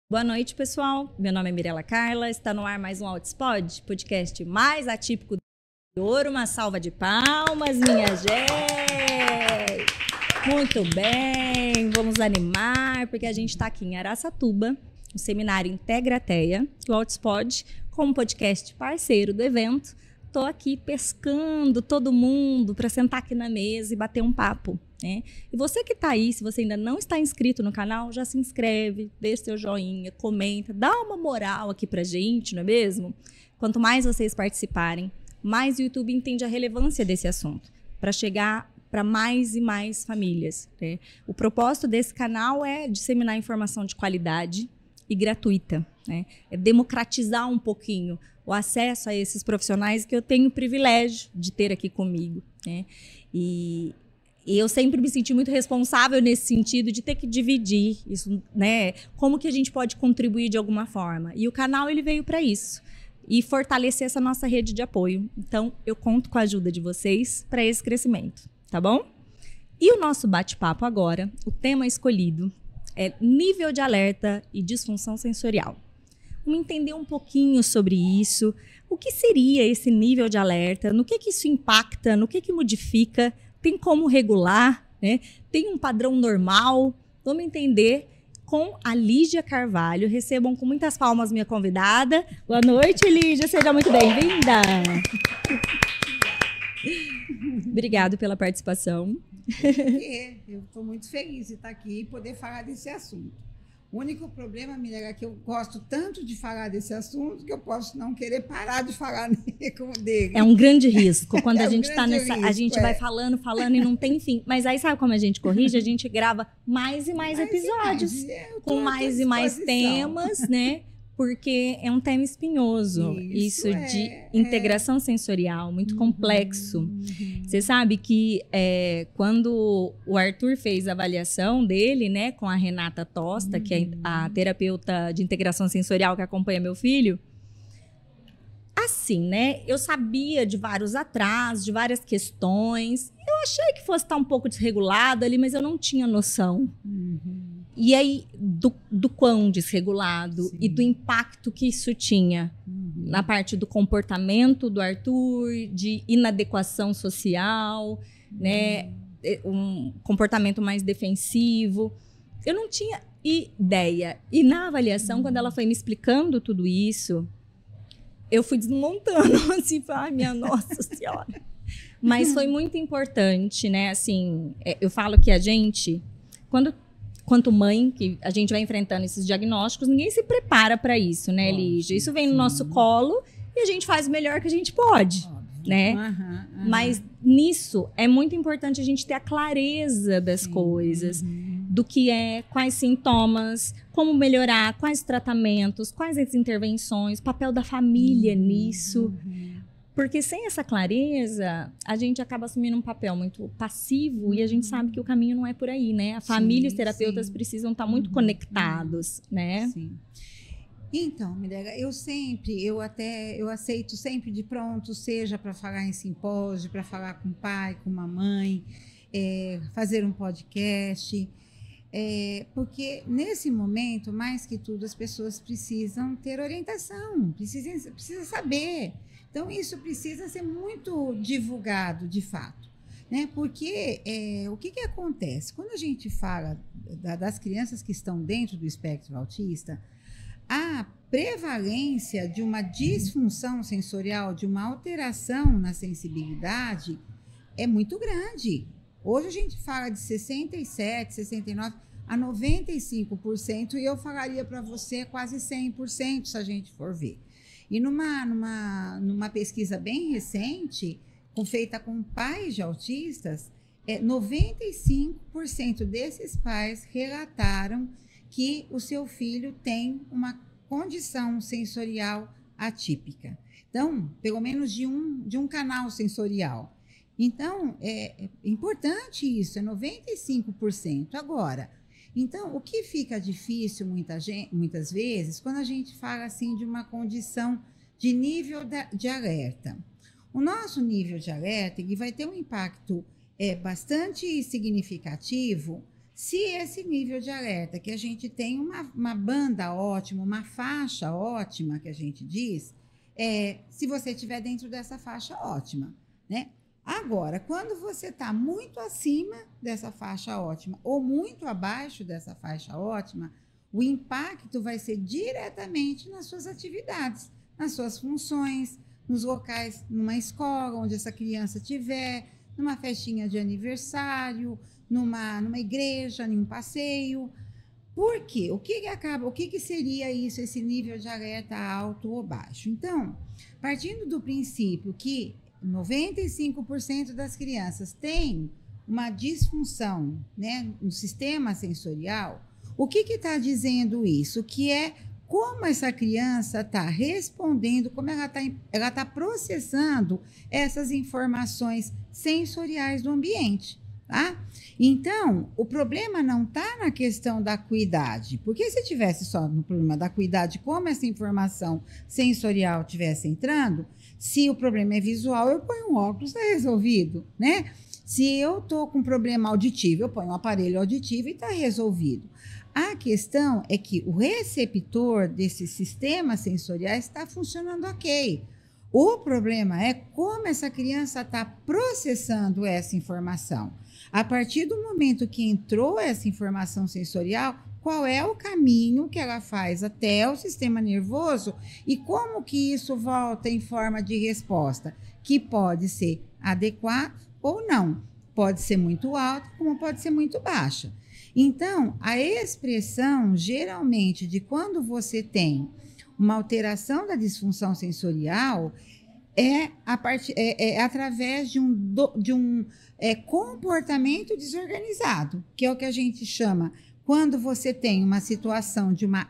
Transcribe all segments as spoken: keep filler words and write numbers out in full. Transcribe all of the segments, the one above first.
Boa noite, pessoal. Meu nome é Mirela Carla. Está no ar mais um Outspod, podcast mais atípico do ouro. Uma salva de palmas, minha gente. Muito bem, vamos animar, porque a gente está aqui em Araçatuba, no seminário Integrateia, o Outspod, como podcast parceiro do evento. Estou aqui pescando todo mundo para sentar aqui na mesa e bater um papo, né? E você que está aí, se você ainda não está inscrito no canal, já se inscreve, deixa seu joinha, comenta, dá uma moral aqui pra gente, não é mesmo? Quanto mais vocês participarem, mais o YouTube entende a relevância desse assunto, para chegar para mais e mais famílias, né? O propósito desse canal é disseminar informação de qualidade e gratuita, né? É democratizar um pouquinho o acesso a esses profissionais que eu tenho o privilégio de ter aqui comigo, né? E, e eu sempre me senti muito responsável nesse sentido de ter que dividir isso, né? Como que a gente pode contribuir de alguma forma. E o canal ele veio para isso e fortalecer essa nossa rede de apoio. Então, eu conto com a ajuda de vocês para esse crescimento, tá bom? E o nosso bate-papo agora, o tema escolhido é nível de alerta e disfunção sensorial. Vamos entender um pouquinho sobre isso. O que seria esse nível de alerta? No que que isso impacta? No que que modifica? Tem como regular, né? Tem um padrão normal? Vamos entender com a Lígia Carvalho. Recebam com muitas palmas minha convidada. Boa noite, Lígia. Seja muito bem-vinda. Obrigado pela participação. É, eu estou muito feliz de estar aqui e poder falar desse assunto. O único problema, Mirela, é que eu gosto tanto de falar desse assunto que eu posso não querer parar de falar dele. É um grande risco. Quando é a um gente está nessa, risco, a gente é. vai falando, falando e não tem fim. Mas aí sabe como a gente corrige? A gente grava mais e mais, mais episódios e mais. É, com mais e mais temas, né? Porque é um tema espinhoso, isso, isso é, de integração é. sensorial, muito uhum, complexo. Uhum. Você sabe que é, quando o Arthur fez a avaliação dele, né, com a Renata Tosta, uhum. que é a terapeuta de integração sensorial que acompanha meu filho, assim, né, eu sabia de vários atrasos, de várias questões, eu achei que fosse estar um pouco desregulado ali, mas eu não tinha noção. Uhum. E aí, do, do quão desregulado Sim. e do impacto que isso tinha uhum. na parte do comportamento do Arthur, de inadequação social, uhum. né, um comportamento mais defensivo. Eu não tinha ideia. E na avaliação, uhum. quando ela foi me explicando tudo isso, eu fui desmontando, assim, ai, minha Nossa Senhora. Mas foi muito importante, né, assim, eu falo que a gente, quando... Quanto mãe, que a gente vai enfrentando esses diagnósticos, ninguém se prepara para isso, né, Lígia? Isso vem no nosso colo e a gente faz o melhor que a gente pode, Óbvio. né? Uhum, uhum. Mas nisso é muito importante a gente ter a clareza das Sim. coisas, uhum. do que é, quais sintomas, como melhorar, quais tratamentos, quais as intervenções, o papel da família uhum, nisso. Uhum. Porque sem essa clareza, a gente acaba assumindo um papel muito passivo uhum. e a gente sabe que o caminho não é por aí, né? A família e os terapeutas sim. precisam estar muito uhum. conectados, uhum. né? Sim. Então, Mirela, eu sempre, eu até, eu aceito sempre de pronto, seja para falar em simpósio, para falar com o pai, com a mãe, é, fazer um podcast, é, porque nesse momento, mais que tudo, as pessoas precisam ter orientação, precisam, precisam saber. Então, isso precisa ser muito divulgado, de fato, né? Porque é, o que, que acontece? Quando a gente fala da, das crianças que estão dentro do espectro autista, a prevalência de uma disfunção sensorial, de uma alteração na sensibilidade, é muito grande. Hoje a gente fala de sessenta e sete, sessenta e nove a noventa e cinco por cento, e eu falaria para você quase cem por cento, se a gente for ver. E numa, numa, numa pesquisa bem recente, com, feita com pais de autistas, é, noventa e cinco por cento desses pais relataram que o seu filho tem uma condição sensorial atípica. Então, pelo menos de um, de um canal sensorial. Então, é, é importante isso, é noventa e cinco por cento. Agora, então, o que fica difícil muita gente, muitas vezes, quando a gente fala assim de uma condição de nível de alerta. O nosso nível de alerta ele vai ter um impacto é, bastante significativo Se esse nível de alerta, que a gente tem uma, uma banda ótima, uma faixa ótima, que a gente diz, é, se você estiver dentro dessa faixa ótima, né? Agora, quando você está muito acima dessa faixa ótima ou muito abaixo dessa faixa ótima, o impacto vai ser diretamente nas suas atividades, nas suas funções, nos locais, numa escola onde essa criança estiver, numa festinha de aniversário, numa, numa igreja, em um passeio. Por quê? O que, que acaba? O que, que seria isso, esse nível de alerta alto ou baixo? Então, partindo do princípio que noventa e cinco por cento das crianças têm uma disfunção, né, no sistema sensorial, o que está dizendo isso? Que é como essa criança está respondendo, como ela está ela tá processando essas informações sensoriais do ambiente. Tá? Então, o problema não está na questão da acuidade, porque se tivesse só no problema da acuidade, como essa informação sensorial estivesse entrando, se o problema é visual, eu ponho um óculos, está resolvido, né? Se eu estou com problema auditivo, eu ponho um aparelho auditivo e está resolvido. A questão é que o receptor desses sistemas sensoriais está funcionando ok. O problema é como essa criança está processando essa informação. A partir do momento que entrou essa informação sensorial, qual é o caminho que ela faz até o sistema nervoso e como que isso volta em forma de resposta, que pode ser adequada ou não. Pode ser muito alta, como pode ser muito baixa. Então, a expressão, geralmente, de quando você tem uma alteração da disfunção sensorial é, a part... é, é através de um, do... de um é, comportamento desorganizado, que é o que a gente chama quando você tem uma situação de uma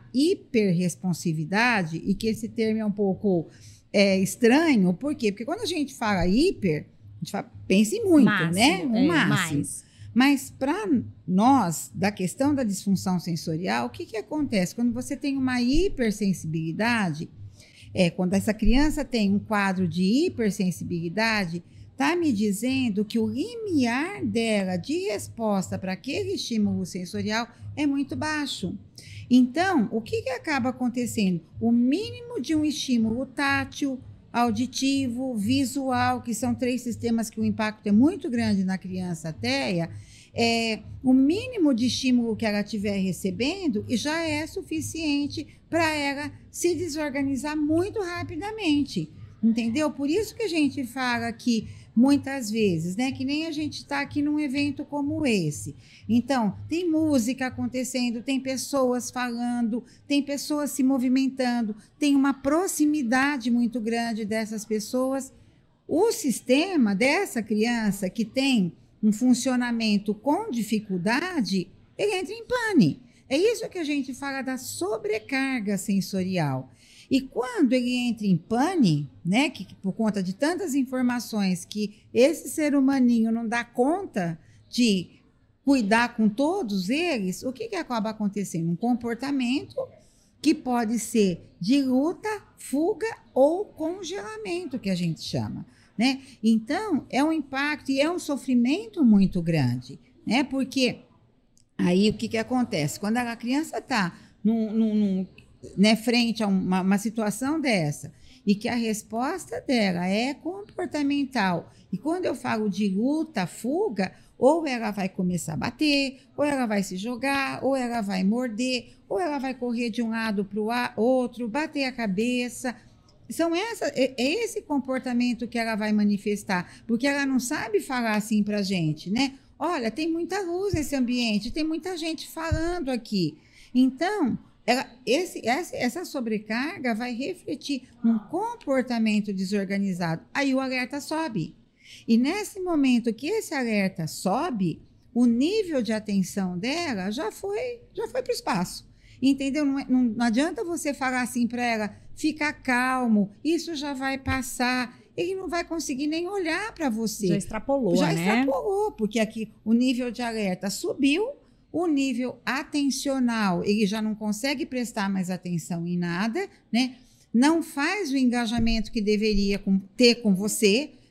hiperresponsividade, e que esse termo é um pouco é, estranho, por quê? Porque quando a gente fala hiper, a gente fala, pensa em muito, máximo, né? O é, máximo. Mais. Mas para nós, da questão da disfunção sensorial, o que, que acontece? Quando você tem uma hipersensibilidade, é, quando essa criança tem um quadro de hipersensibilidade, está me dizendo que o limiar dela de resposta para aquele estímulo sensorial é muito baixo. Então, o que, que acaba acontecendo? O mínimo de um estímulo tátil, auditivo, visual, que são três sistemas que o impacto é muito grande na criança ateia, é, o mínimo de estímulo que ela estiver recebendo e já é suficiente para ela se desorganizar muito rapidamente, entendeu? Por isso que a gente fala que muitas vezes, né, que nem a gente está aqui num evento como esse. Então, tem música acontecendo, tem pessoas falando, tem pessoas se movimentando, tem uma proximidade muito grande dessas pessoas. O sistema dessa criança que tem um funcionamento com dificuldade, ele entra em pane. É isso que a gente fala da sobrecarga sensorial. E quando ele entra em pane, né, que, que por conta de tantas informações que esse ser humaninho não dá conta de cuidar com todos eles, o que, que acaba acontecendo? Um comportamento que pode ser de luta, fuga ou congelamento, que a gente chama, né? Então, é um impacto e é um sofrimento muito grande, né? Porque aí o que, que acontece? Quando a criança está num, num, num né, frente a uma, uma situação dessa e que a resposta dela é comportamental, e quando eu falo de luta, fuga, ou ela vai começar a bater, ou ela vai se jogar, ou ela vai morder, ou ela vai correr de um lado para o outro, bater a cabeça. São essa, é esse comportamento que ela vai manifestar, porque ela não sabe falar assim para a gente, né? Olha, tem muita luz nesse ambiente, tem muita gente falando aqui. Então, ela, esse, essa, essa sobrecarga vai refletir um comportamento desorganizado. Aí o alerta sobe. E nesse momento que esse alerta sobe, o nível de atenção dela já foi, já foi para o espaço. Entendeu? Não, não, não adianta você falar assim para ela, fica calmo, isso já vai passar. Ele não vai conseguir nem olhar para você. Já extrapolou, já né? Já extrapolou, porque aqui o nível de alerta subiu, o nível atencional, ele já não consegue prestar mais atenção em nada, né? Não faz o engajamento que deveria com, ter com você.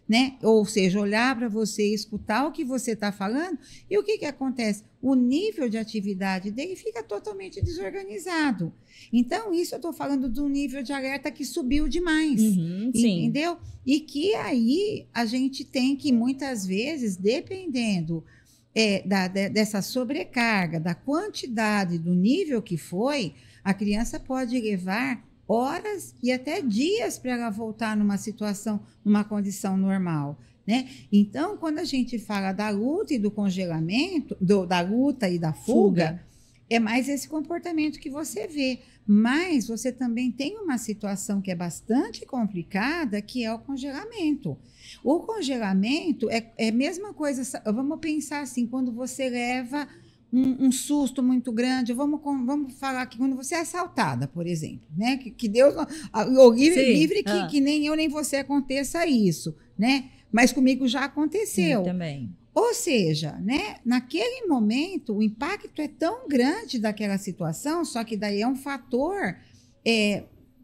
né? Ou seja, olhar para você, escutar o que você está falando, e o que, que acontece? O nível de atividade dele fica totalmente desorganizado. Então, isso eu estou falando de um nível de alerta que subiu demais, Uhum, sim. entendeu? E que aí a gente tem que, muitas vezes, dependendo é, da, de, dessa sobrecarga, da quantidade, do nível que foi, a criança pode levar horas e até dias para ela voltar numa situação, numa condição normal, né? Então, quando a gente fala da luta e do congelamento, do, da luta e da fuga, fuga, é mais esse comportamento que você vê. Mas você também tem uma situação que é bastante complicada, que é o congelamento. O congelamento é, é a mesma coisa, vamos pensar assim, quando você leva Um, um susto muito grande, vamos, vamos falar que quando você é assaltada, por exemplo, né? Que, que Deus, o livre, livre que, ah. que nem eu nem você aconteça isso, né? Mas comigo já aconteceu. Sim, também. Ou seja, né? Naquele momento, o impacto é tão grande daquela situação, só que daí é um fator é,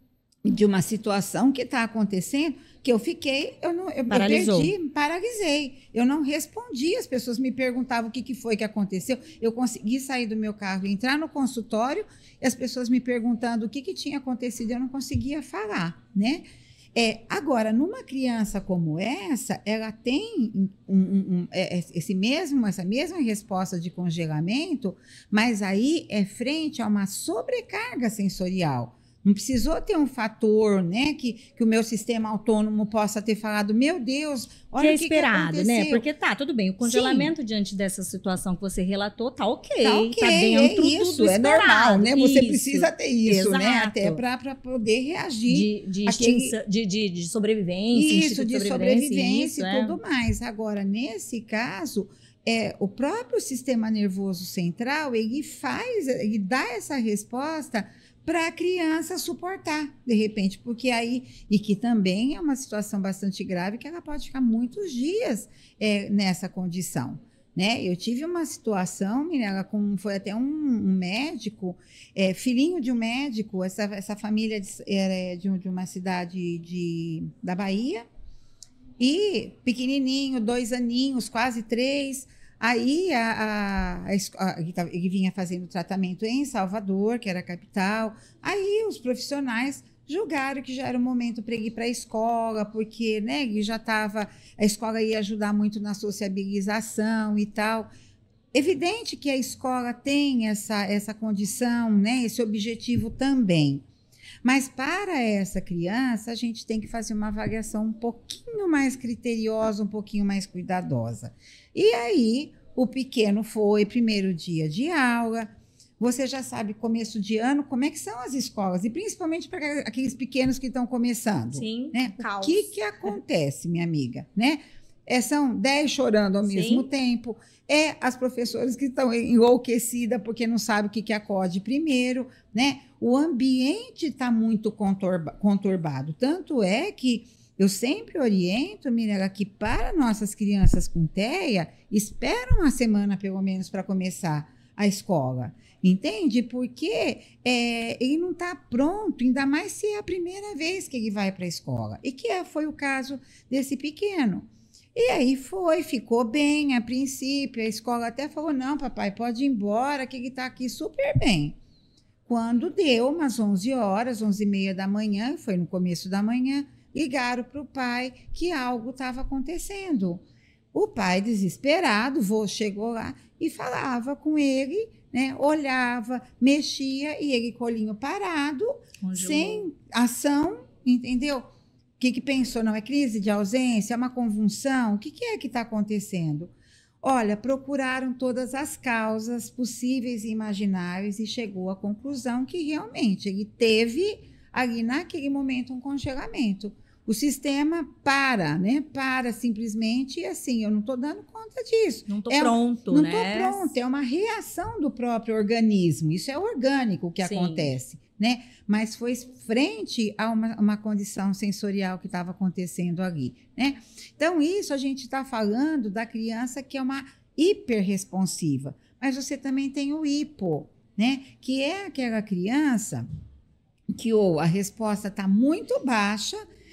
de uma situação que está acontecendo, que eu fiquei, eu não, eu, eu perdi, paralisei. Eu não respondi, as pessoas me perguntavam o que, que foi que aconteceu. Eu consegui sair do meu carro e entrar no consultório, e as pessoas me perguntando o que, que tinha acontecido, eu não conseguia falar, né? É, agora, numa criança como essa, ela tem um, um, um, esse mesmo, essa mesma resposta de congelamento, mas aí é frente a uma sobrecarga sensorial. Não precisou ter um fator, né, que, que o meu sistema autônomo possa ter falado, meu Deus, olha que é o que, esperado, que né? Porque tá, tudo bem, o congelamento Sim. diante dessa situação que você relatou, tá ok. Tá, okay, tá dentro é isso, do é normal, né? Você isso. precisa ter isso, Exato. né? Até para poder reagir. De, de, aquele... extinção, de, de, de sobrevivência. Isso, de sobrevivência e é. tudo mais. Agora, nesse caso, é, o próprio sistema nervoso central, ele faz, ele dá essa resposta para a criança suportar, de repente, porque aí, e que também é uma situação bastante grave, que ela pode ficar muitos dias é, nessa condição, né? Eu tive uma situação, Mirella, com, foi até um, um médico, é, filhinho de um médico, essa, essa família de, era de, de uma cidade de, da Bahia, e pequenininho, dois aninhos, quase três. Aí a, a, a, ele vinha fazendo tratamento em Salvador, que era a capital. Aí os profissionais julgaram que já era o momento para ele ir para a escola, porque, né, ele já estava, a escola ia ajudar muito na sociabilização e tal. Evidente que a escola tem essa, essa condição, né, esse objetivo também. Mas para essa criança, a gente tem que fazer uma avaliação um pouquinho mais criteriosa, um pouquinho mais cuidadosa. E aí, o pequeno foi, primeiro dia de aula, você já sabe, começo de ano, como é que são as escolas, e principalmente para aqueles pequenos que estão começando. Sim, né? caos. O que, que acontece, minha amiga? Né? É, são dez chorando ao Sim. mesmo tempo, é as professoras que estão enlouquecidas porque não sabem o que, que acode primeiro, né? O ambiente está muito conturba, conturbado, tanto é que eu sempre oriento, Mirella, que para nossas crianças com T E A, espera uma semana pelo menos para começar a escola, entende? Porque é, ele não está pronto, ainda mais se é a primeira vez que ele vai para a escola, e que é, foi o caso desse pequeno. E aí foi, ficou bem a princípio, a escola até falou, não, papai, pode ir embora, que ele está aqui super bem. Quando deu umas onze horas, onze e meia da manhã, foi no começo da manhã, ligaram para o pai que algo estava acontecendo. O pai, desesperado, vô, chegou lá e falava com ele, né, olhava, mexia, e ele colinho parado, Congelou. sem ação, entendeu? O que, que pensou? Não é crise de ausência? É uma convulsão? O que, que é que está acontecendo? Olha, procuraram todas as causas possíveis e imagináveis e chegou à conclusão que realmente ele teve ali naquele momento um congelamento. O sistema para, né? Para simplesmente e assim, eu não estou dando conta disso. Não estou é, pronto, não né? Não estou pronto, é uma reação do próprio organismo. Isso é orgânico que Sim. acontece, né? Mas foi frente a uma, uma condição sensorial que estava acontecendo ali, né? Então, isso a gente está falando da criança que é uma hiperresponsiva. Mas você também tem o hipo, né? Que é aquela criança que ou a resposta está muito baixa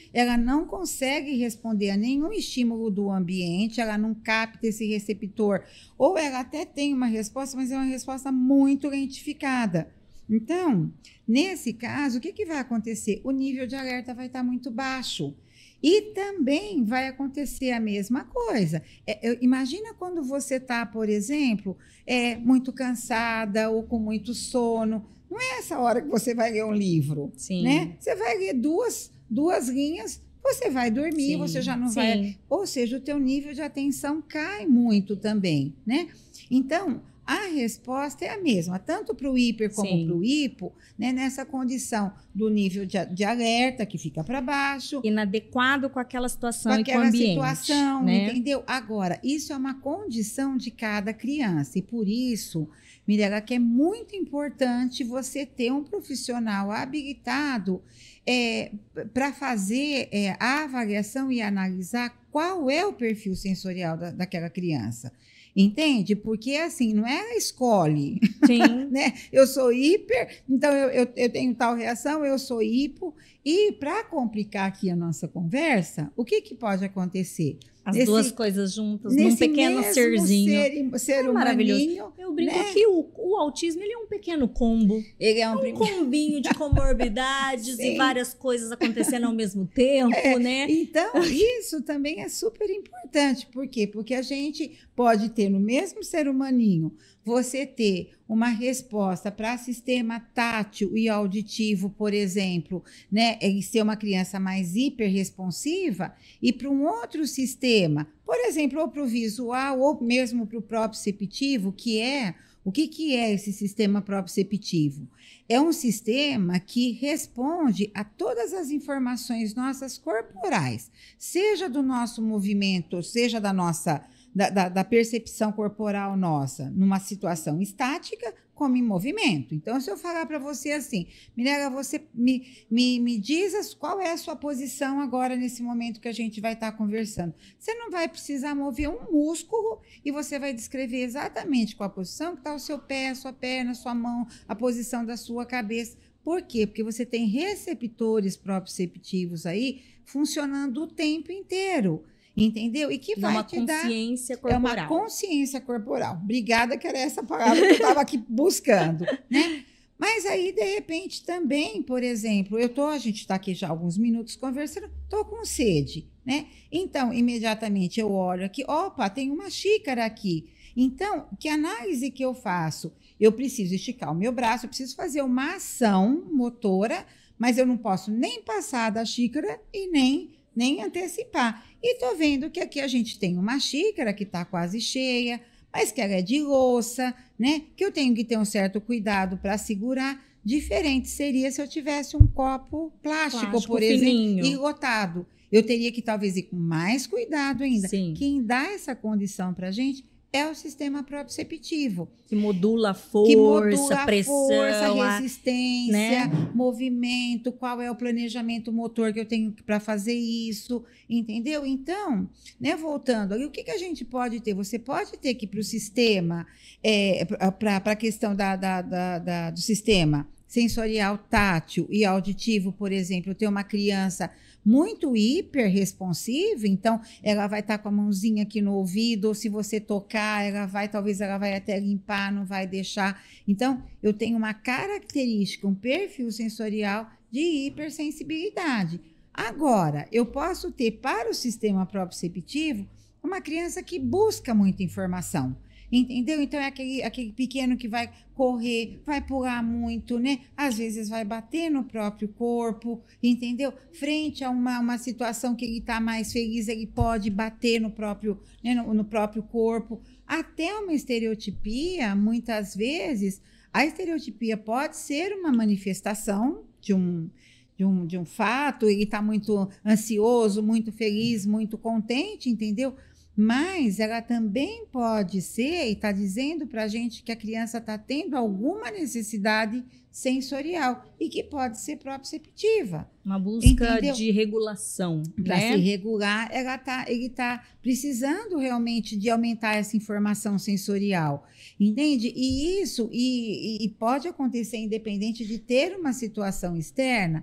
ela não consegue responder a nenhum estímulo do ambiente, ela não capta esse receptor, ou ela até tem uma resposta, mas é uma resposta muito lentificada. Então, nesse caso, o que, que vai acontecer? O nível de alerta vai estar muito baixo. E também vai acontecer a mesma coisa. É, eu, imagina quando você está, por exemplo, é, muito cansada ou com muito sono. Não é essa hora que você vai ler um livro. Sim. Né? Você vai ler duas, duas linhas, você vai dormir, sim, você já não sim. vai... Ou seja, o teu nível de atenção cai muito também. Né? Então, a resposta é a mesma, tanto para o hiper como para o hipo, né, nessa condição do nível de, de alerta, que fica para baixo. Inadequado com aquela situação com e com o ambiente. Com aquela situação, né? Entendeu? Agora, isso é uma condição de cada criança, e por isso, Mirela, que é muito importante você ter um profissional habilitado é, para fazer é, a avaliação e analisar qual é o perfil sensorial da, daquela criança. Entende? Porque, assim, não é ela escolhe. Sim. né? Eu sou hiper, então eu, eu, eu tenho tal reação, eu sou hipo. E, para complicar aqui a nossa conversa, o que, que pode acontecer? As nesse, duas coisas juntas, num pequeno serzinho. Ser, ser é maravilhoso. Eu brinco né? que o, o autismo ele é um pequeno combo. Ele é um, é um combinho de comorbidades e várias coisas acontecendo ao mesmo tempo, é, né? Então, isso também é super importante. Por quê? Porque a gente pode ter no mesmo ser humaninho, você ter uma resposta para sistema tátil e auditivo, por exemplo, né, e ser uma criança mais hiperresponsiva, e para um outro sistema, por exemplo, ou para o visual, ou mesmo para o proprioceptivo, que é, o que, que é esse sistema proprioceptivo? É um sistema que responde a todas as informações nossas corporais, seja do nosso movimento, seja da nossa... Da, da, da percepção corporal nossa, numa situação estática, como em movimento. Então, se eu falar para você assim, Mirela, você me, me, me diz as, qual é a sua posição agora, nesse momento que a gente vai estar conversando. Você não vai precisar mover um músculo e você vai descrever exatamente qual a posição que está o seu pé, a sua perna, a sua mão, a posição da sua cabeça. Por quê? Porque você tem receptores proprioceptivos aí funcionando o tempo inteiro. Entendeu? E que vai uma te dar... consciência corporal. É uma consciência corporal. Obrigada, que era essa palavra que eu estava aqui buscando, né? Mas aí, de repente, também, por exemplo, eu tô, a gente está aqui já há alguns minutos conversando, estou com sede, né? Então, imediatamente eu olho aqui, opa, tem uma xícara aqui. Então, que análise que eu faço? Eu preciso esticar o meu braço, eu preciso fazer uma ação motora, mas eu não posso nem passar da xícara e nem... nem antecipar. E estou vendo que aqui a gente tem uma xícara que está quase cheia, mas que ela é de louça, né? Que eu tenho que ter um certo cuidado para segurar. Diferente seria se eu tivesse um copo plástico, plástico por fininho. exemplo, e lotado. Eu teria que talvez ir com mais cuidado ainda. Sim. Quem dá essa condição para a gente é o sistema proprioceptivo. Que modula a força, que modula a pressão, força, resistência, né? movimento, qual é o planejamento motor que eu tenho para fazer isso, entendeu? Então, né, voltando, o que, que a gente pode ter? Você pode ter que ir para o sistema, é, para a questão da, da, da, da, do sistema sensorial tátil e auditivo, por exemplo, ter uma criança muito hiperresponsiva, então ela vai estar com a mãozinha aqui no ouvido, ou se você tocar, ela vai, talvez ela vai até limpar, não vai deixar. Então, eu tenho uma característica, um perfil sensorial de hipersensibilidade. Agora, eu posso ter para o sistema proprioceptivo uma criança que busca muita informação. Entendeu? Então, é aquele, aquele pequeno que vai correr, vai pular muito, né? Às vezes vai bater no próprio corpo, entendeu? Frente a uma, uma situação que ele está mais feliz, ele pode bater no próprio, né, no, no próprio corpo. Até uma estereotipia, muitas vezes, a estereotipia pode ser uma manifestação de um... De um, de um fato, ele está muito ansioso, muito feliz, muito contente, entendeu? Mas ela também pode ser, e está dizendo para a gente que a criança está tendo alguma necessidade sensorial e que pode ser proprioceptiva. Uma busca entendeu? De regulação. Para né? se regular, ela tá, ele está precisando realmente de aumentar essa informação sensorial. Entende? E isso e, e pode acontecer independente de ter uma situação externa.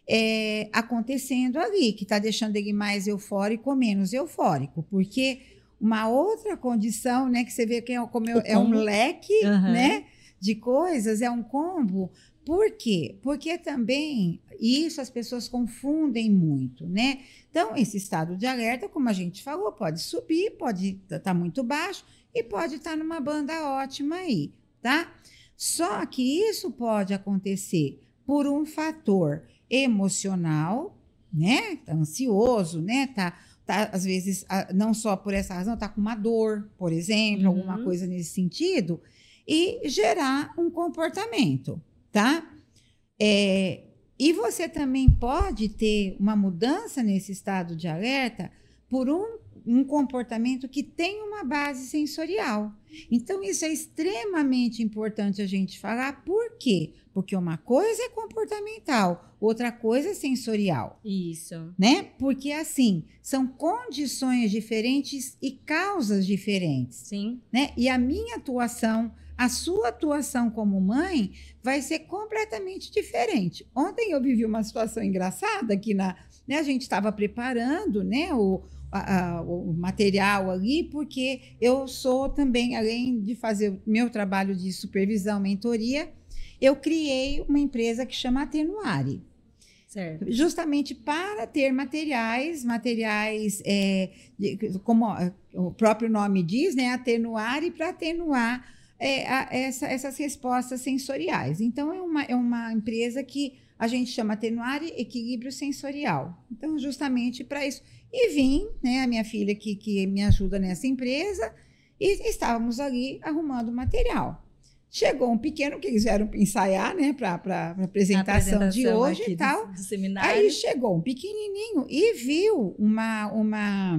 é, acontecendo ali, que está deixando ele mais eufórico ou menos eufórico, porque uma outra condição, né, que você vê que é, como é, é um leque, uhum. né, de coisas, é um combo. Por quê? Porque também isso as pessoas confundem muito, né? Então, esse estado de alerta, como a gente falou, pode subir, pode estar tá muito baixo e pode estar tá numa banda ótima aí, tá? Só que isso pode acontecer por um fator emocional, né? Tá ansioso, né? Tá, tá, às vezes, não só por essa razão, tá com uma dor, por exemplo, uhum. alguma coisa nesse sentido, e gerar um comportamento, tá? É, e você também pode ter uma mudança nesse estado de alerta por um, um comportamento que tem uma base sensorial. Então, isso é extremamente importante a gente falar. Por quê? Porque uma coisa é comportamental, outra coisa é sensorial. Isso. Né? Porque, assim, são condições diferentes e causas diferentes. Sim. Né? E a minha atuação, a sua atuação como mãe vai ser completamente diferente. Ontem eu vivi uma situação engraçada que na, né, a gente estava preparando, né, o, a, a, o material ali, porque eu sou também, além de fazer o meu trabalho de supervisão, mentoria, eu criei uma empresa que chama Atenuare. Certo. Justamente para ter materiais, materiais, é, de, como o próprio nome diz, né, atenuar e para atenuar É, a, essa, essas respostas sensoriais. Então, é uma, é uma empresa que a gente chama Atenuare Equilíbrio Sensorial. Então, justamente para isso. E vim, né, a minha filha que, que me ajuda nessa empresa, e estávamos ali arrumando material. Chegou um pequeno que eles vieram ensaiar, né, para a apresentação, apresentação de hoje e tal. Do, do seminário. Aí chegou um pequenininho e viu uma... uma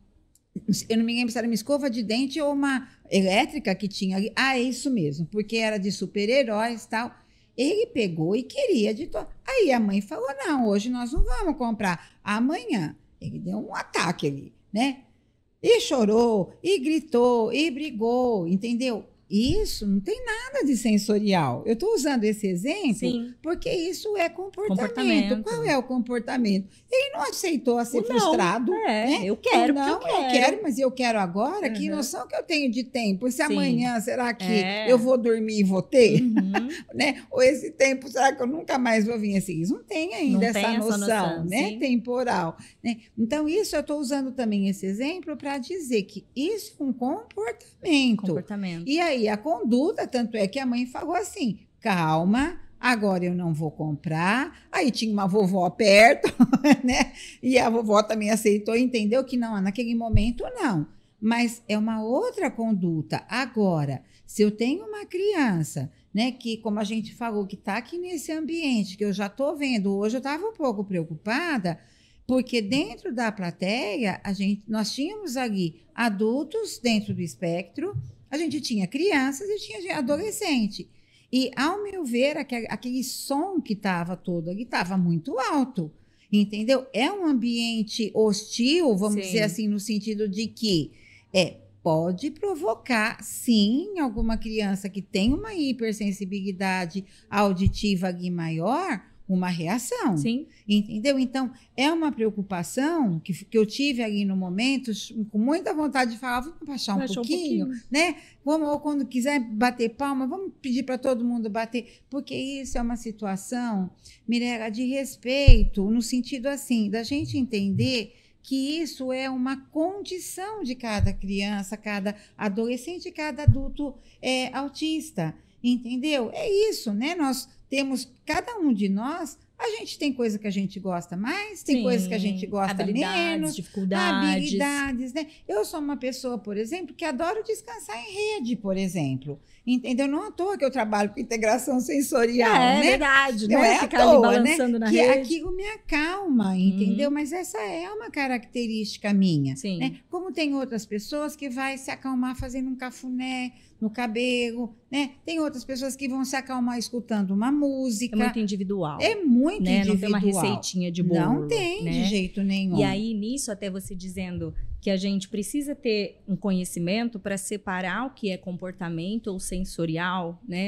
eu não me lembro se era uma escova de dente ou uma elétrica que tinha ali. Ah, é isso mesmo, porque era de super-heróis e tal. Ele pegou e queria de todo. Aí a mãe falou, não, hoje nós não vamos comprar. Amanhã. Ele deu um ataque ali, né? E chorou, e gritou, e brigou, entendeu? Isso não tem nada de sensorial. Eu estou usando esse exemplo Sim. porque isso é comportamento. comportamento. Qual é o comportamento? Ele não aceitou a ser não, frustrado. É, né? eu quero, não, eu quero. eu quero, mas eu quero agora. Uhum. Que noção que eu tenho de tempo? Se Sim. amanhã, será que é. eu vou dormir e vou ter? Uhum. né? Ou esse tempo, será que eu nunca mais vou vir assim? Isso não tem ainda não essa, tem noção, essa noção né? Sim. temporal. Né? Então, isso eu estou usando também esse exemplo para dizer que isso é um comportamento. Comportamento. E aí, a conduta, tanto é que a mãe falou assim, calma, agora eu não vou comprar. Aí tinha uma vovó perto, né? E a vovó também aceitou, entendeu que não, naquele momento não. Mas é uma outra conduta. Agora, se eu tenho uma criança, né, que, como a gente falou, que está aqui nesse ambiente, que eu já estou vendo, hoje eu estava um pouco preocupada, porque dentro da plateia, a gente, nós tínhamos ali adultos dentro do espectro, a gente tinha crianças e tinha adolescente. E, ao meu ver, aquele, aquele som que estava todo ali estava muito alto, entendeu? É um ambiente hostil, vamos sim. dizer assim, no sentido de que é, pode provocar, sim, alguma criança que tem uma hipersensibilidade auditiva ali maior, uma reação. Sim. Entendeu? Então, é uma preocupação que, que eu tive ali no momento, com muita vontade de falar, vamos baixar um, pouquinho, um pouquinho, né? Vamos, ou quando quiser bater palma, vamos pedir para todo mundo bater, porque isso é uma situação, Mirella, de respeito, no sentido assim, da gente entender que isso é uma condição de cada criança, cada adolescente, cada adulto é, autista, entendeu? É isso, né? Nós temos, cada um de nós, a gente tem coisa que a gente gosta mais, tem Sim, coisas que a gente gosta menos. Dificuldades. Habilidades, né? Eu sou uma pessoa, por exemplo, que adoro descansar em rede, por exemplo. Entendeu? Não à toa que eu trabalho com integração sensorial, é, né? É verdade, não né? é Ficar à toa, ali balançando né? na que rede. Aquilo me acalma, entendeu? Uhum. Mas essa é uma característica minha. Sim. Né? Como tem outras pessoas que vai se acalmar fazendo um cafuné no cabelo, né? Tem outras pessoas que vão se acalmar escutando uma música. É muito individual. É muito né? individual. Não tem uma receitinha de bolo. Não tem, né? de jeito nenhum. E aí, nisso, até você dizendo que a gente precisa ter um conhecimento para separar o que é comportamento ou sensorial, né?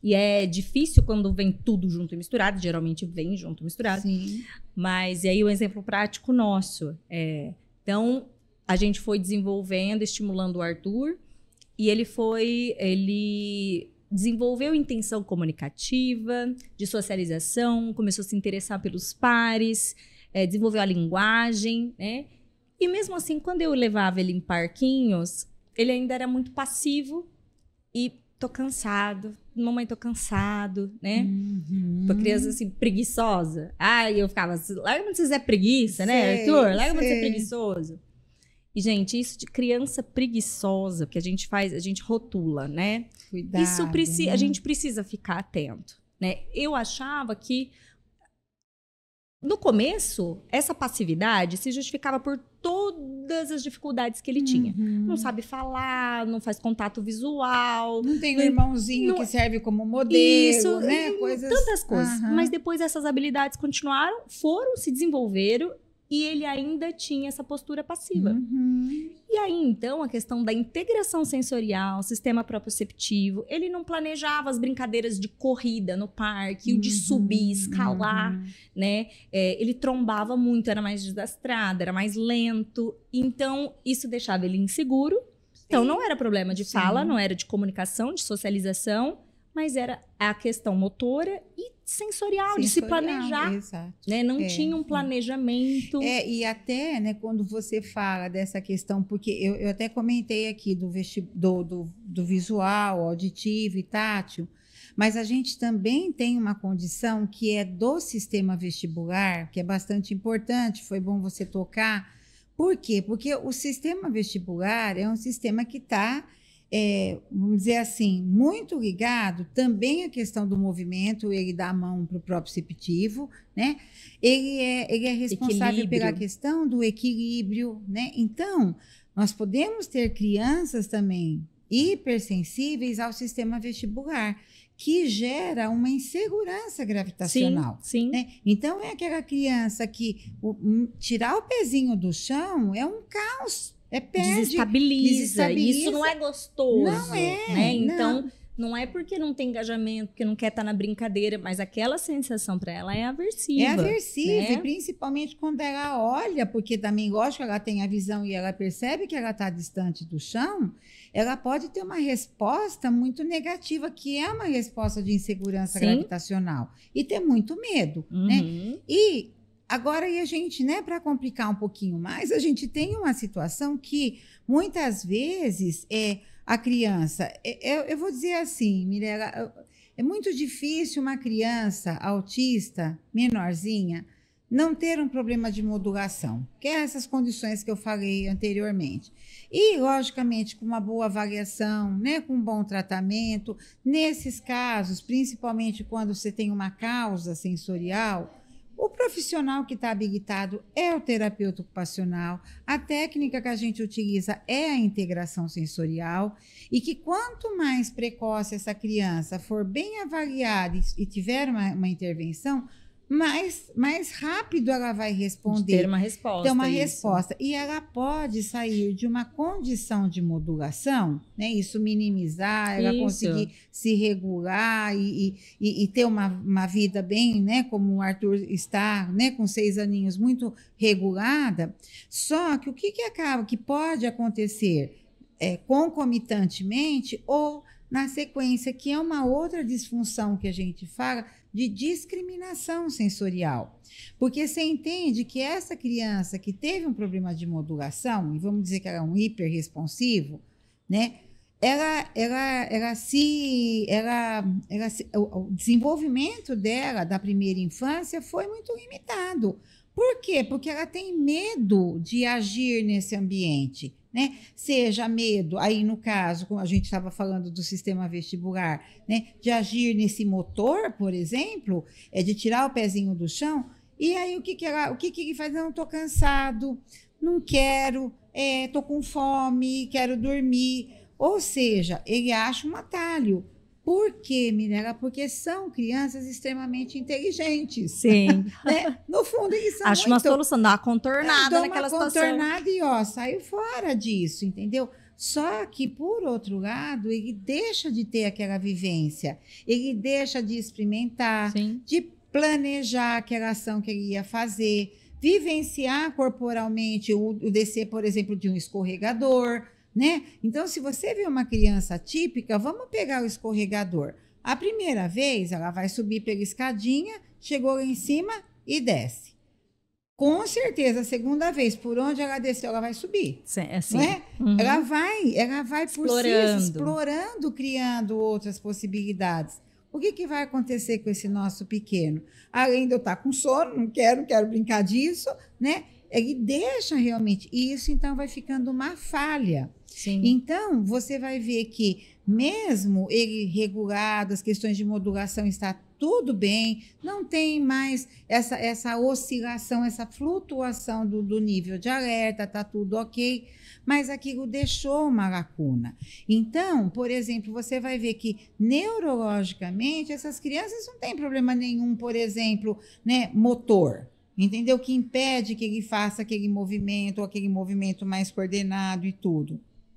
E é difícil quando vem tudo junto e misturado, geralmente vem junto e misturado. Sim. Mas, e aí o exemplo prático nosso. É, então, a gente foi desenvolvendo, estimulando o Arthur, e ele foi, ele desenvolveu intenção comunicativa, de socialização, começou a se interessar pelos pares, é, desenvolveu a linguagem, né? E mesmo assim, quando eu levava ele em parquinhos, ele ainda era muito passivo e tô cansado, mamãe, tô cansado, né? Uhum. Uma criança assim, preguiçosa. Ai, eu ficava assim, larga quando você é preguiça, né, Sei, Arthur? Larga quando você é sei. preguiçoso. E, gente, isso de criança preguiçosa, que a gente faz, a gente rotula, né? Cuidado, Isso precisa, né? a gente precisa ficar atento, né? Eu achava que no começo, essa passividade se justificava por todas as dificuldades que ele tinha. Uhum. Não sabe falar, não faz contato visual. Não tem um não- irmãozinho não- que serve como modelo, Isso, né? hum, Coisas... tantas coisas. Aham. Mas depois essas habilidades continuaram, foram, se desenvolveram e ele ainda tinha essa postura passiva. Uhum. E aí, então, a questão da integração sensorial, sistema proprioceptivo, ele não planejava as brincadeiras de corrida no parque, o de Uhum, subir, escalar, uhum. né? É, ele trombava muito, era mais desastrado, era mais lento. Então, isso deixava ele inseguro. Então, Sim. não era problema de Sim. fala, não era de comunicação, de socialização, mas era a questão motora e sensorial, de se Sensorial, planejar, Exato. né? Não É, tinha um é. planejamento. É, e até, né, quando você fala dessa questão, porque eu, eu até comentei aqui do, vesti do, do, do visual, auditivo e tátil, mas a gente também tem uma condição que é do sistema vestibular, que é bastante importante, foi bom você tocar. Por quê? Porque o sistema vestibular é um sistema que está, é, vamos dizer assim, muito ligado também à questão do movimento, ele dá a mão para o proprioceptivo, né? Ele é, ele é responsável Equilíbrio. pela questão do equilíbrio, né? Então, nós podemos ter crianças também hipersensíveis ao sistema vestibular, que gera uma insegurança gravitacional. Sim, sim. Né? Então, é aquela criança que o, um, tirar o pezinho do chão é um caos. É perde, Desestabiliza. desestabiliza. Isso não é gostoso. Não é, né? não. Então, não é porque não tem engajamento, porque não quer estar na brincadeira, mas aquela sensação para ela é aversiva. É aversiva, né? e principalmente quando ela olha, porque também, lógico, ela tem a visão e ela percebe que ela está distante do chão, ela pode ter uma resposta muito negativa, que é uma resposta de insegurança Sim. gravitacional, e ter muito medo, Uhum. né? E agora, e a gente, né, para complicar um pouquinho mais, a gente tem uma situação que muitas vezes é a criança, é, é, eu vou dizer assim, Mirella, é muito difícil uma criança autista, menorzinha, não ter um problema de modulação, que é essas condições que eu falei anteriormente. E, logicamente, com uma boa avaliação, né, com um bom tratamento, nesses casos, principalmente quando você tem uma causa sensorial, o profissional que está habilitado é o terapeuta ocupacional, a técnica que a gente utiliza é a integração sensorial, e que quanto mais precoce essa criança for bem avaliada e, e tiver uma, uma intervenção, mais, mais rápido ela vai responder. Ter uma resposta. Ter uma isso. resposta. E ela pode sair de uma condição de modulação, né? Isso minimizar, ela Isso. conseguir se regular e, e, e ter uma, uma vida bem, né? Como o Arthur está, né? Com seis aninhos, muito regulada. Só que o que, que acaba, que pode acontecer é, concomitantemente ou na sequência, que é uma outra disfunção que a gente fala, de discriminação sensorial. Porque você entende que essa criança que teve um problema de modulação, e vamos dizer que ela é um hiperresponsivo, né? Ela, ela, ela se, ela, ela se, o, o desenvolvimento dela da primeira infância foi muito limitado. Por quê? Porque ela tem medo de agir nesse ambiente, né? Seja medo, aí no caso, como a gente estava falando do sistema vestibular, né? De agir nesse motor, por exemplo, é de tirar o pezinho do chão, e aí o que que ela, o que que ele faz? Não, estou cansado, não quero, estou é, com fome, quero dormir. Ou seja, ele acha um atalho. Por quê, Mirella? Porque são crianças extremamente inteligentes. Sim. Né? No fundo, eles são Acho muito... uma solução, dar uma contornada Dou naquela uma situação. contornada e, ó, saiu fora disso, entendeu? Só que, por outro lado, ele deixa de ter aquela vivência, ele deixa de experimentar, Sim. de planejar aquela ação que ele ia fazer, vivenciar corporalmente o, o descer, por exemplo, de um escorregador, né? Então, se você vê uma criança típica, vamos pegar o escorregador. A primeira vez, ela vai subir pela escadinha, chegou lá em cima e desce. Com certeza, a segunda vez, por onde ela desceu, ela vai subir. Sim, assim. Não é? Uhum. Ela vai, ela vai por Explorando. si, explorando, criando outras possibilidades. O que, que vai acontecer com esse nosso pequeno? Além de eu estar com sono, não quero, não quero brincar disso, né? Ele deixa realmente. E isso, então, vai ficando uma falha. Sim. Então, você vai ver que, mesmo ele regulado, as questões de modulação está tudo bem, não tem mais essa, essa oscilação, essa flutuação do, do nível de alerta, está tudo ok, mas aquilo deixou uma lacuna. Então, por exemplo, você vai ver que neurologicamente essas crianças não têm problema nenhum, por exemplo, né, motor. Entendeu? Que impede que ele faça aquele movimento, ou aquele movimento mais coordenado e tudo.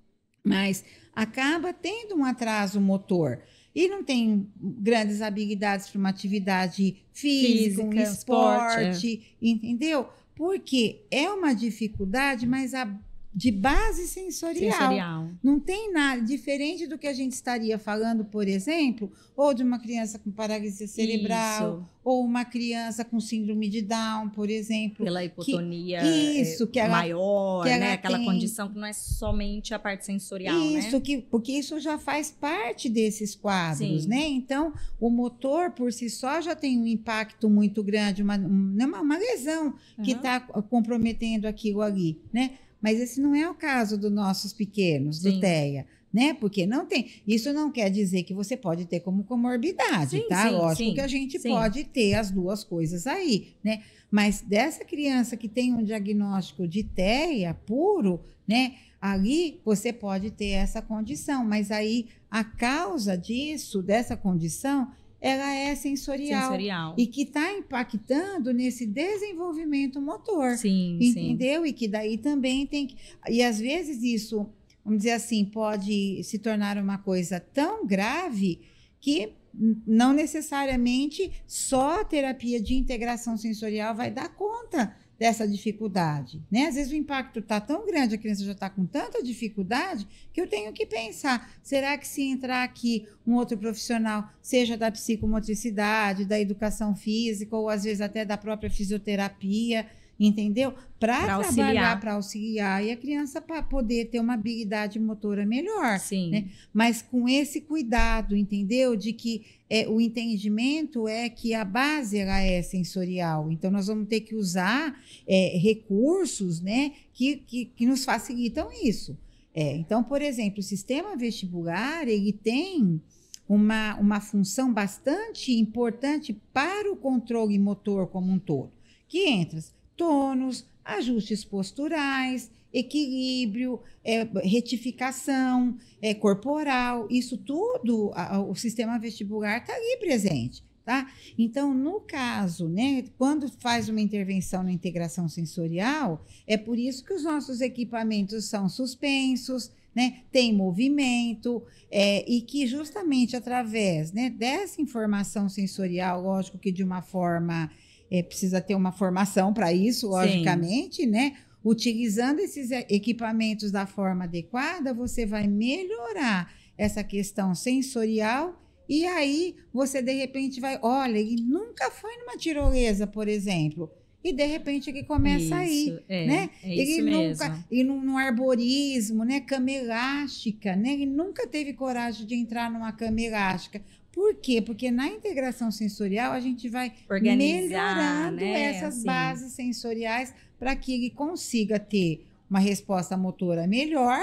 Mas acaba tendo um atraso motor. E não tem grandes habilidades para uma atividade física, Física, um esporte, esporte, entendeu? Porque é uma dificuldade, mas a de base sensorial. Sensorial. Não tem nada diferente do que a gente estaria falando, por exemplo, ou de uma criança com paralisia cerebral, Isso. ou uma criança com síndrome de Down, por exemplo. Pela hipotonia que, isso, é, que ela, maior, que ela né? Aquela tem, condição que não é somente a parte sensorial, isso, né? que, porque isso já faz parte desses quadros, Sim. né? Então, o motor por si só já tem um impacto muito grande, uma, uma, uma lesão que Uhum. está comprometendo aquilo ali, né? Mas esse não é o caso dos nossos pequenos, do Sim. T E A, né? Porque não tem. Isso não quer dizer que você pode ter como comorbidade, Sim, tá? sim, Lógico sim, que a gente sim. pode ter as duas coisas aí, né? Mas dessa criança que tem um diagnóstico de T E A puro, né? Ali você pode ter essa condição, mas aí a causa disso, dessa condição, ela é sensorial. Sensorial. E que está impactando nesse desenvolvimento motor. Sim, sim. Entendeu? E que daí também tem que... E às vezes isso, vamos dizer assim, pode se tornar uma coisa tão grave que não necessariamente só a terapia de integração sensorial vai dar conta dessa dificuldade, né? Às vezes o impacto está tão grande, a criança já está com tanta dificuldade, que eu tenho que pensar, será que se entrar aqui um outro profissional, seja da psicomotricidade, da educação física, ou às vezes até da própria fisioterapia, entendeu? Para trabalhar, para auxiliar, e a criança para poder ter uma habilidade motora melhor. Sim. Né? Mas com esse cuidado, entendeu? De que é, o entendimento é que a base ela é sensorial. Então, nós vamos ter que usar é, recursos, né, que, que, que nos facilitam isso. É, então, por exemplo, o sistema vestibular, ele tem uma, uma função bastante importante para o controle motor como um todo, que entra tônus, ajustes posturais, equilíbrio, é, retificação é, corporal, isso tudo, a, o sistema vestibular está ali presente, tá? Então, no caso, né, quando faz uma intervenção na integração sensorial, é por isso que os nossos equipamentos são suspensos, né, tem movimento, é, e que justamente através, né, dessa informação sensorial, lógico que de uma forma... É, precisa ter uma formação para isso, logicamente, Sim. né? Utilizando esses equipamentos da forma adequada, você vai melhorar essa questão sensorial e aí você, de repente, vai... Olha, ele nunca foi numa tirolesa, por exemplo, e, de repente, ele começa isso, a ir, é, né? É ele isso nunca... mesmo. E no, no arborismo, né? Cama elástica, né? Ele nunca teve coragem de entrar numa cama elástica. Por quê? Porque na integração sensorial a gente vai Organizar, melhorando né? essas assim. bases sensoriais para que ele consiga ter uma resposta motora melhor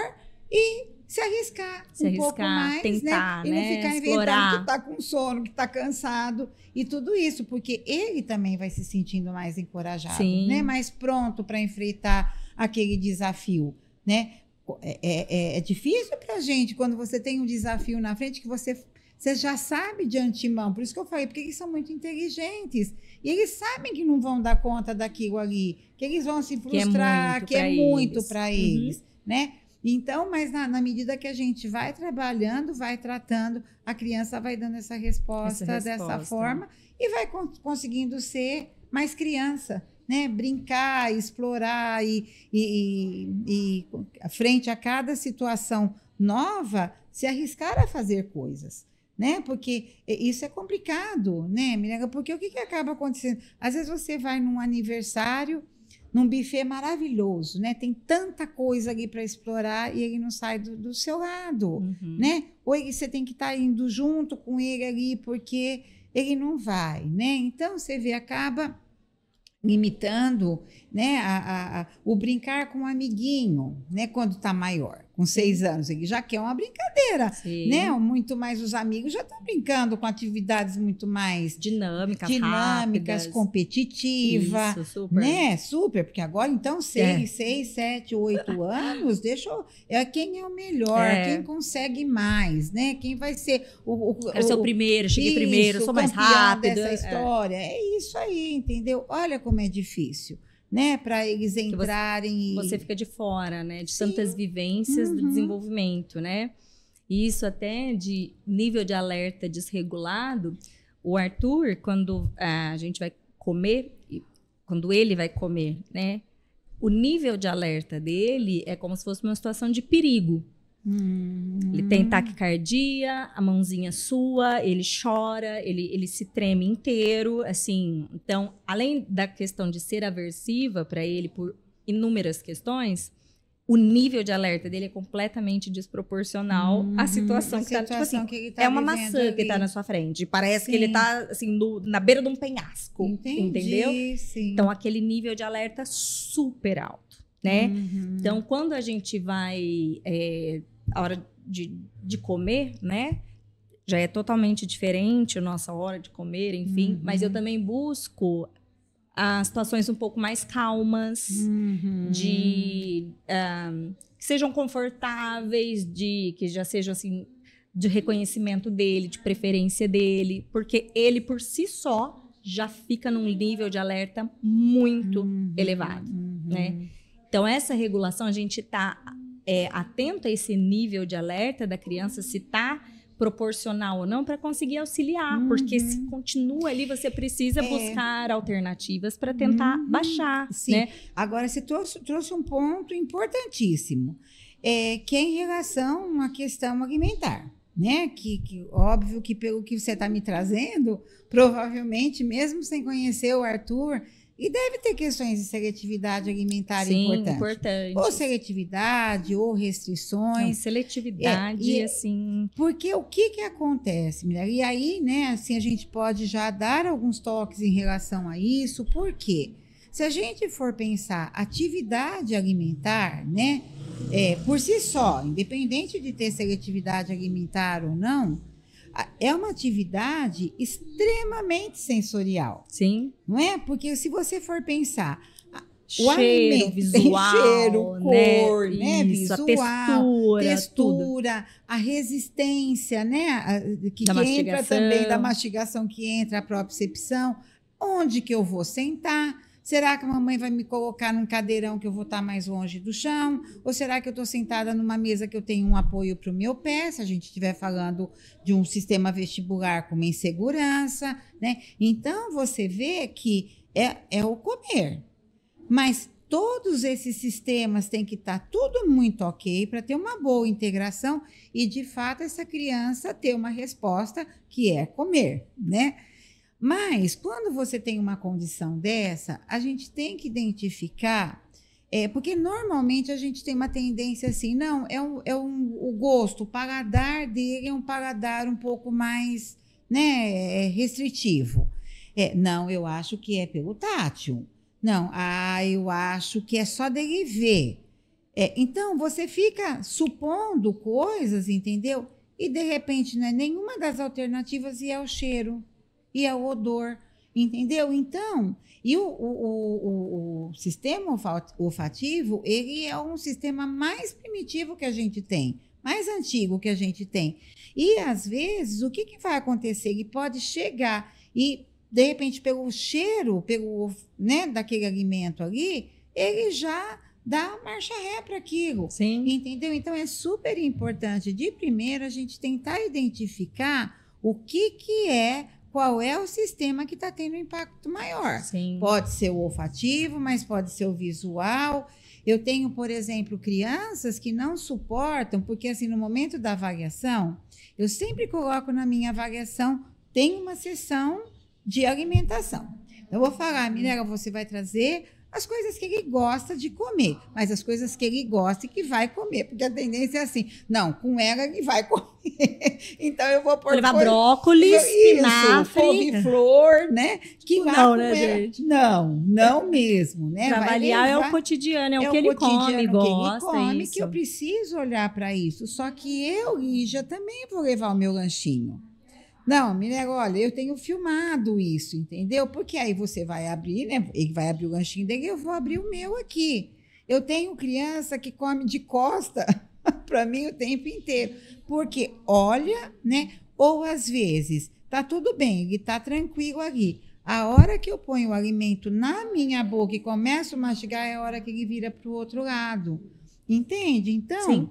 e se arriscar se um arriscar, pouco mais, tentar, né? E não né? ficar Explorar. inventando que está com sono, que está cansado e tudo isso, porque ele também vai se sentindo mais encorajado, Sim. né? Mais pronto para enfrentar aquele desafio, né? É, é, é difícil para a gente quando você tem um desafio na frente que você Você já sabe de antemão, por isso que eu falei, porque eles são muito inteligentes. E eles sabem que não vão dar conta daquilo ali, que eles vão se frustrar, que é muito para eles, eles. eles Uhum. né? Então, mas na, na medida que a gente vai trabalhando, vai tratando, a criança vai dando essa resposta, Essa dessa resposta. forma e vai con- conseguindo ser mais criança, né? Brincar, explorar e, e, e, e, frente a cada situação nova, se arriscar a fazer coisas. Né? Porque isso é complicado, né, Mirella? Porque o que, que acaba acontecendo? Às vezes você vai num aniversário, num buffet maravilhoso, né? Tem tanta coisa ali para explorar e ele não sai do, do seu lado, Uhum. né? Ou ele, você tem que estar indo junto com ele ali porque ele não vai, né? Então você vê, acaba limitando, né, a, a, a, o brincar com um amiguinho, né, quando está maior, com seis anos, ele já quer uma brincadeira, Sim. né? Muito mais os amigos já estão brincando com atividades muito mais dinâmicas, dinâmicas, rápidas. competitivas, Isso, super. né? Super, porque agora então seis, É. seis, sete, oito anos, deixa eu, é quem é o melhor, É. quem consegue mais, né? Quem vai ser o, o Quero ser o primeiro, cheguei primeiro, isso, sou mais campeão rápido. dessa É. história. É isso aí, entendeu? Olha como é difícil, né? Para eles entrarem. Você e... fica de fora, né? De Sim. tantas vivências Uhum. do desenvolvimento, né? E isso até de nível de alerta desregulado. O Arthur, quando a gente vai comer, quando ele vai comer, né? O nível de alerta dele é como se fosse uma situação de perigo. Hum. Ele tem taquicardia, a mãozinha sua, ele chora, ele, ele se treme inteiro, assim. Então, além da questão de ser aversiva para ele por inúmeras questões, o nível de alerta dele é completamente desproporcional Uhum. à situação A que tá, tipo situação assim, que ele tá é uma vivendo maçã que ali. tá na sua frente. Parece Sim. que ele tá assim no- na beira de um penhasco, Entendi, entendeu? sim. Então, aquele nível de alerta super alto, né? Uhum. Então, quando a gente vai, é, a hora de, de comer, né? Já é totalmente diferente a nossa hora de comer, enfim. Uhum. Mas eu também busco as situações um pouco mais calmas, Uhum. de ah, que sejam confortáveis, de que já sejam assim de reconhecimento dele, de preferência dele, porque ele por si só já fica num nível de alerta muito Uhum. elevado, Uhum. né? Então, essa regulação, a gente está é, atento a esse nível de alerta da criança, se está proporcional ou não, para conseguir auxiliar. Uhum. Porque se continua ali, você precisa É. buscar alternativas para tentar Uhum. baixar, Sim. né? Agora, você trouxe, trouxe um ponto importantíssimo, é, que é em relação à questão alimentar. Né? Que, que óbvio que pelo que você está me trazendo, provavelmente, mesmo sem conhecer o Arthur, e deve ter questões de seletividade alimentar Sim, importante. importante. Ou seletividade, ou Não, restrições. seletividade, É, e- assim... Porque o que, que acontece, mulher? E aí, né, assim, a gente pode já dar alguns toques em relação a isso. Por quê? Se a gente for pensar atividade alimentar, né, é, por si só, independente de ter seletividade alimentar ou não, a- é uma atividade extremamente sensorial, Sim. não é? Porque se você for pensar, Cheiro, alimento tem visual, cheiro, né? cor, né, Isso, visual, a textura, tudo. textura, a resistência, né, a- que, Da que entra mastigação. também, da mastigação que entra a propriocepção, onde que eu vou sentar, será que a mamãe vai me colocar num cadeirão que eu vou estar mais longe do chão, ou será que eu estou sentada numa mesa que eu tenho um apoio para o meu pé, se a gente estiver falando de um sistema vestibular com uma insegurança, né, então você vê que é, é o comer, mas todos esses sistemas têm que estar tudo muito ok para ter uma boa integração e, de fato, essa criança ter uma resposta que é comer, né? Mas, quando você tem uma condição dessa, a gente tem que identificar, é, porque normalmente a gente tem uma tendência assim, não, é, um, é um, o gosto, o paladar dele é um paladar um pouco mais, né, restritivo. É, não, eu acho que é pelo tátil. Não, ah, eu acho que é só dele ver. É, então, você fica supondo coisas, entendeu? E, de repente, não é nenhuma das alternativas e é o cheiro, e é o odor, entendeu? Então, e o, o, o, o sistema olfativo, ele é um sistema mais primitivo que a gente tem, mais antigo que a gente tem. E, às vezes, o que, que vai acontecer? Ele pode chegar e, de repente, pelo cheiro, pelo, né, daquele alimento ali, ele já dá marcha ré para aquilo. Sim. Entendeu? Então, é super importante, de primeiro, a gente tentar identificar o que, que é, qual é o sistema que está tendo impacto maior. Sim. Pode ser o olfativo, mas pode ser o visual. Eu tenho, por exemplo, crianças que não suportam, porque assim, no momento da avaliação, eu sempre coloco na minha avaliação, tem uma sessão de alimentação. Eu vou falar, Mirella, você vai trazer as coisas que ele gosta de comer, mas as coisas que ele gosta e que vai comer, porque a tendência é assim, não, com ela ele vai comer. Então eu vou pôr... Levar brócolis, espinafre... couve-flor, né? Que vai não, com né, ela. gente? Não, não mesmo, né? Para Vai avaliar levar... é o cotidiano, é, é o que ele come, que gosta, ele come, isso. que eu preciso olhar para isso. Só que eu, Lígia, também vou levar o meu lanchinho. Não, Mirella, olha, eu tenho filmado isso, entendeu? Porque aí você vai abrir, né? Ele vai abrir o lanchinho dele, eu vou abrir o meu aqui. Eu tenho criança que come de costa para mim o tempo inteiro. Porque olha, né? Ou às vezes, tá tudo bem, ele tá tranquilo ali. A hora que eu ponho o alimento na minha boca e começo a mastigar, é a hora que ele vira para o outro lado. Entende? Então... Sim.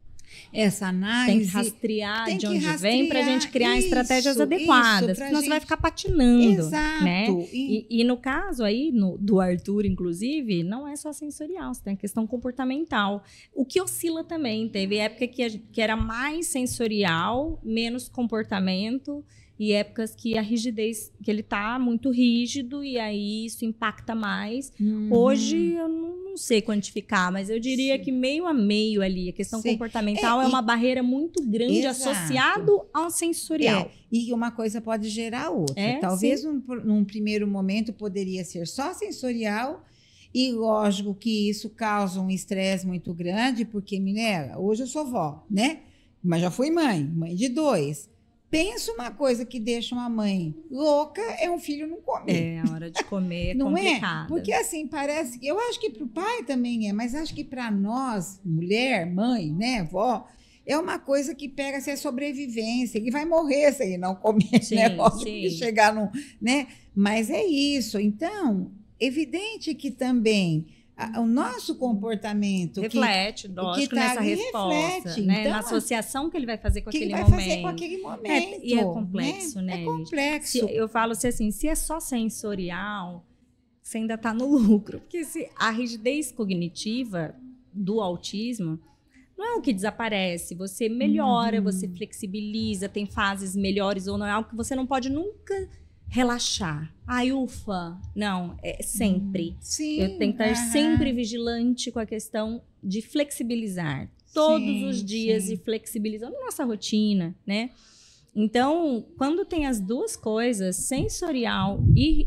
Essa análise... Tem que rastrear tem de que onde rastrear, vem para a gente criar isso, estratégias adequadas, isso, senão gente... você vai ficar patinando. Exato. Né? E... E, e no caso aí, no, do Arthur, inclusive, não é só sensorial, você tem a questão comportamental. O que oscila também, teve época que, a, que era mais sensorial, menos comportamento, e épocas que a rigidez, que ele tá muito rígido, e aí isso impacta mais. Uhum. Hoje eu não, não sei quantificar, mas eu diria Sim. que meio a meio ali, a questão Sim. comportamental é, é uma e... barreira muito grande Exato. associado ao sensorial. É, e uma coisa pode gerar outra. É, Talvez num, num primeiro momento poderia ser só sensorial, e lógico que isso causa um estresse muito grande, porque, Mirella, hoje eu sou vó, né? Mas já fui mãe, mãe de dois. Pensa uma coisa que deixa uma mãe louca, é um filho não comer. É, a hora de comer é não complicado. É? Porque assim, parece... Eu acho que para o pai também é, mas acho que para nós, mulher, mãe, né, vó, é uma coisa que pega se é sobrevivência. Ele vai morrer se ele não comer, sim, né? Lógico que chegar no... Né? Mas é isso. Então, evidente que também... o nosso comportamento reflete, que, lógico, que tá nessa resposta, reflete. Né? Então, na associação que ele vai fazer com que aquele ele vai momento. fazer com aquele momento. É, e é complexo, né? né? É complexo. Se, eu falo assim, se é só sensorial, você ainda está no lucro. Porque se a rigidez cognitiva do autismo não é o que desaparece. Você melhora, uhum. você flexibiliza, tem fases melhores ou não. É algo que você não pode nunca... relaxar. Ai, ufa. Não, é sempre. Sim, eu tenho que estar uh-huh. sempre vigilante com a questão de flexibilizar. Todos sim, os dias sim. e flexibilizando a nossa rotina, né? Então, quando tem as duas coisas, sensorial e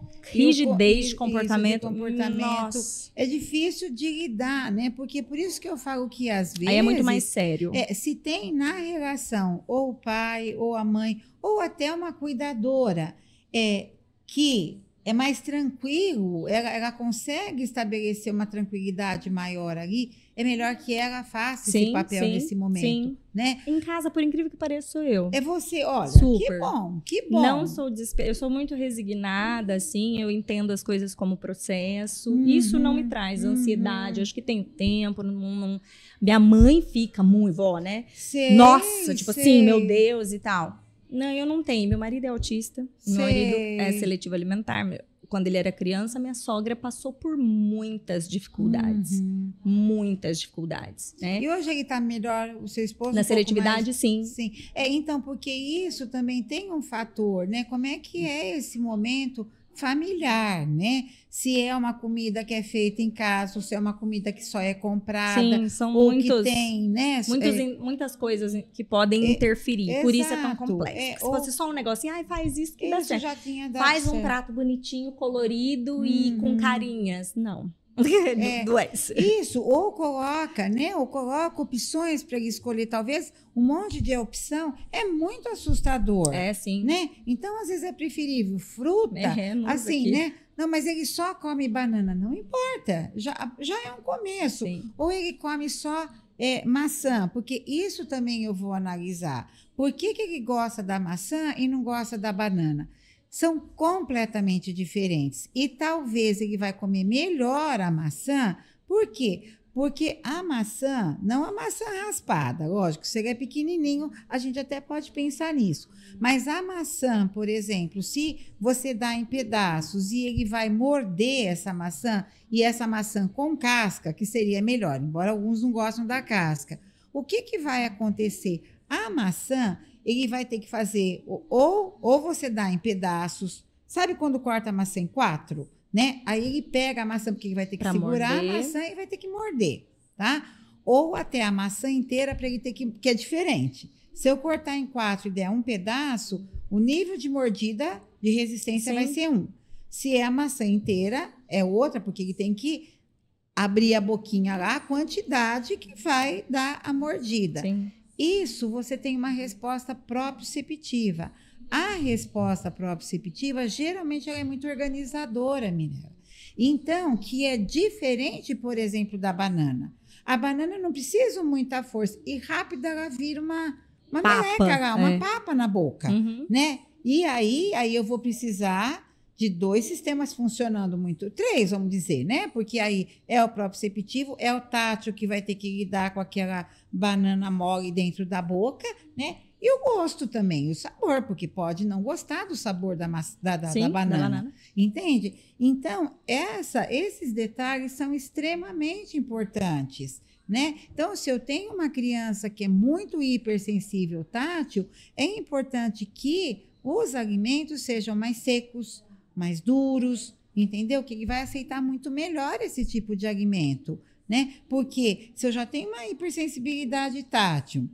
rigidez e o, de comportamento, de comportamento nossa. É difícil de lidar, né? Porque por isso que eu falo que às vezes... Aí é muito mais sério. É, se tem na relação ou o pai ou a mãe ou até uma cuidadora é, que é mais tranquilo, ela, ela consegue estabelecer uma tranquilidade maior ali, é melhor que ela faça sim, esse papel sim, nesse momento, sim. né? Em casa, por incrível que pareça, sou eu. É você, olha, Super. que bom, que bom. Não sou desesperada, eu sou muito resignada, assim, eu entendo as coisas como processo. Uhum, Isso não me traz uhum. ansiedade, eu acho que tenho tempo, não, não... minha mãe fica muito, vó, né? Sei, Nossa, tipo sei. assim, meu Deus e tal. Não, eu não tenho. Meu marido é autista, sei. meu marido é seletivo alimentar. Quando ele era criança, minha sogra passou por muitas dificuldades. Uhum. Muitas dificuldades, né? E hoje ele está melhor, o seu esposo? Na um seletividade, mais... sim. sim. É, então, porque isso também tem um fator, né? Como é que é esse momento familiar, né? Se é uma comida que é feita em casa, ou se é uma comida que só é comprada. Sim, são ou muitos, que tem, né? Muitos, é, muitas coisas que podem é, interferir. exato, por isso é tão complexo. É, Se ou, fosse só um negocinho, ai, faz isso que isso dá certo. Já tinha dado faz um certo. prato bonitinho, colorido uhum. e com carinhas. Não. É, Doença. Isso, ou coloca, né? Ou coloca opções para ele escolher, talvez um monte de opção é muito assustador. É, sim. Né? Então, às vezes é preferível fruta, é, assim, aqui. né? Não, mas ele só come banana, não importa, já, já é um começo. Sim. Ou ele come só é, maçã, porque isso também eu vou analisar. Por que, que ele gosta da maçã e não gosta da banana? São completamente diferentes. E talvez ele vai comer melhor a maçã Por quê? Porque a maçã, não a maçã raspada, lógico, se ele é pequenininho, a gente até pode pensar nisso. Mas a maçã, por exemplo, se você dá em pedaços e ele vai morder essa maçã, e essa maçã com casca, que seria melhor, embora alguns não gostam da casca, o que, que vai acontecer? A maçã, ele vai ter que fazer, ou, ou você dá em pedaços, sabe quando corta a maçã em quatro? Né? Aí ele pega a maçã, porque ele vai ter que pra segurar morder. a maçã e vai ter que morder, tá? Ou até a maçã inteira para ele ter que... que é diferente. Se eu cortar em quatro e der um pedaço, o nível de mordida de resistência Sim. vai ser um. Se é a maçã inteira, é outra, porque ele tem que abrir a boquinha lá, a quantidade que vai dar a mordida. Sim. Isso você tem uma resposta proprioceptiva. A resposta proprioceptiva, geralmente, ela é muito organizadora, Mirella. Então, que é diferente, por exemplo, da banana. A banana não precisa muita força e rápida ela vira uma, uma papa, meleca lá, uma é. papa na boca, uhum. né? E aí, aí eu vou precisar de dois sistemas funcionando muito, três, vamos dizer, né? Porque aí é o proprioceptivo, é o tátil que vai ter que lidar com aquela banana mole dentro da boca, né? E o gosto também, o sabor, porque pode não gostar do sabor da, da, da, Sim, da, banana, da banana, entende? Então, essa, esses detalhes são extremamente importantes, né? Então, se eu tenho uma criança que é muito hipersensível tátil, é importante que os alimentos sejam mais secos, mais duros, entendeu? Que ele vai aceitar muito melhor esse tipo de alimento, né? Porque se eu já tenho uma hipersensibilidade tátil,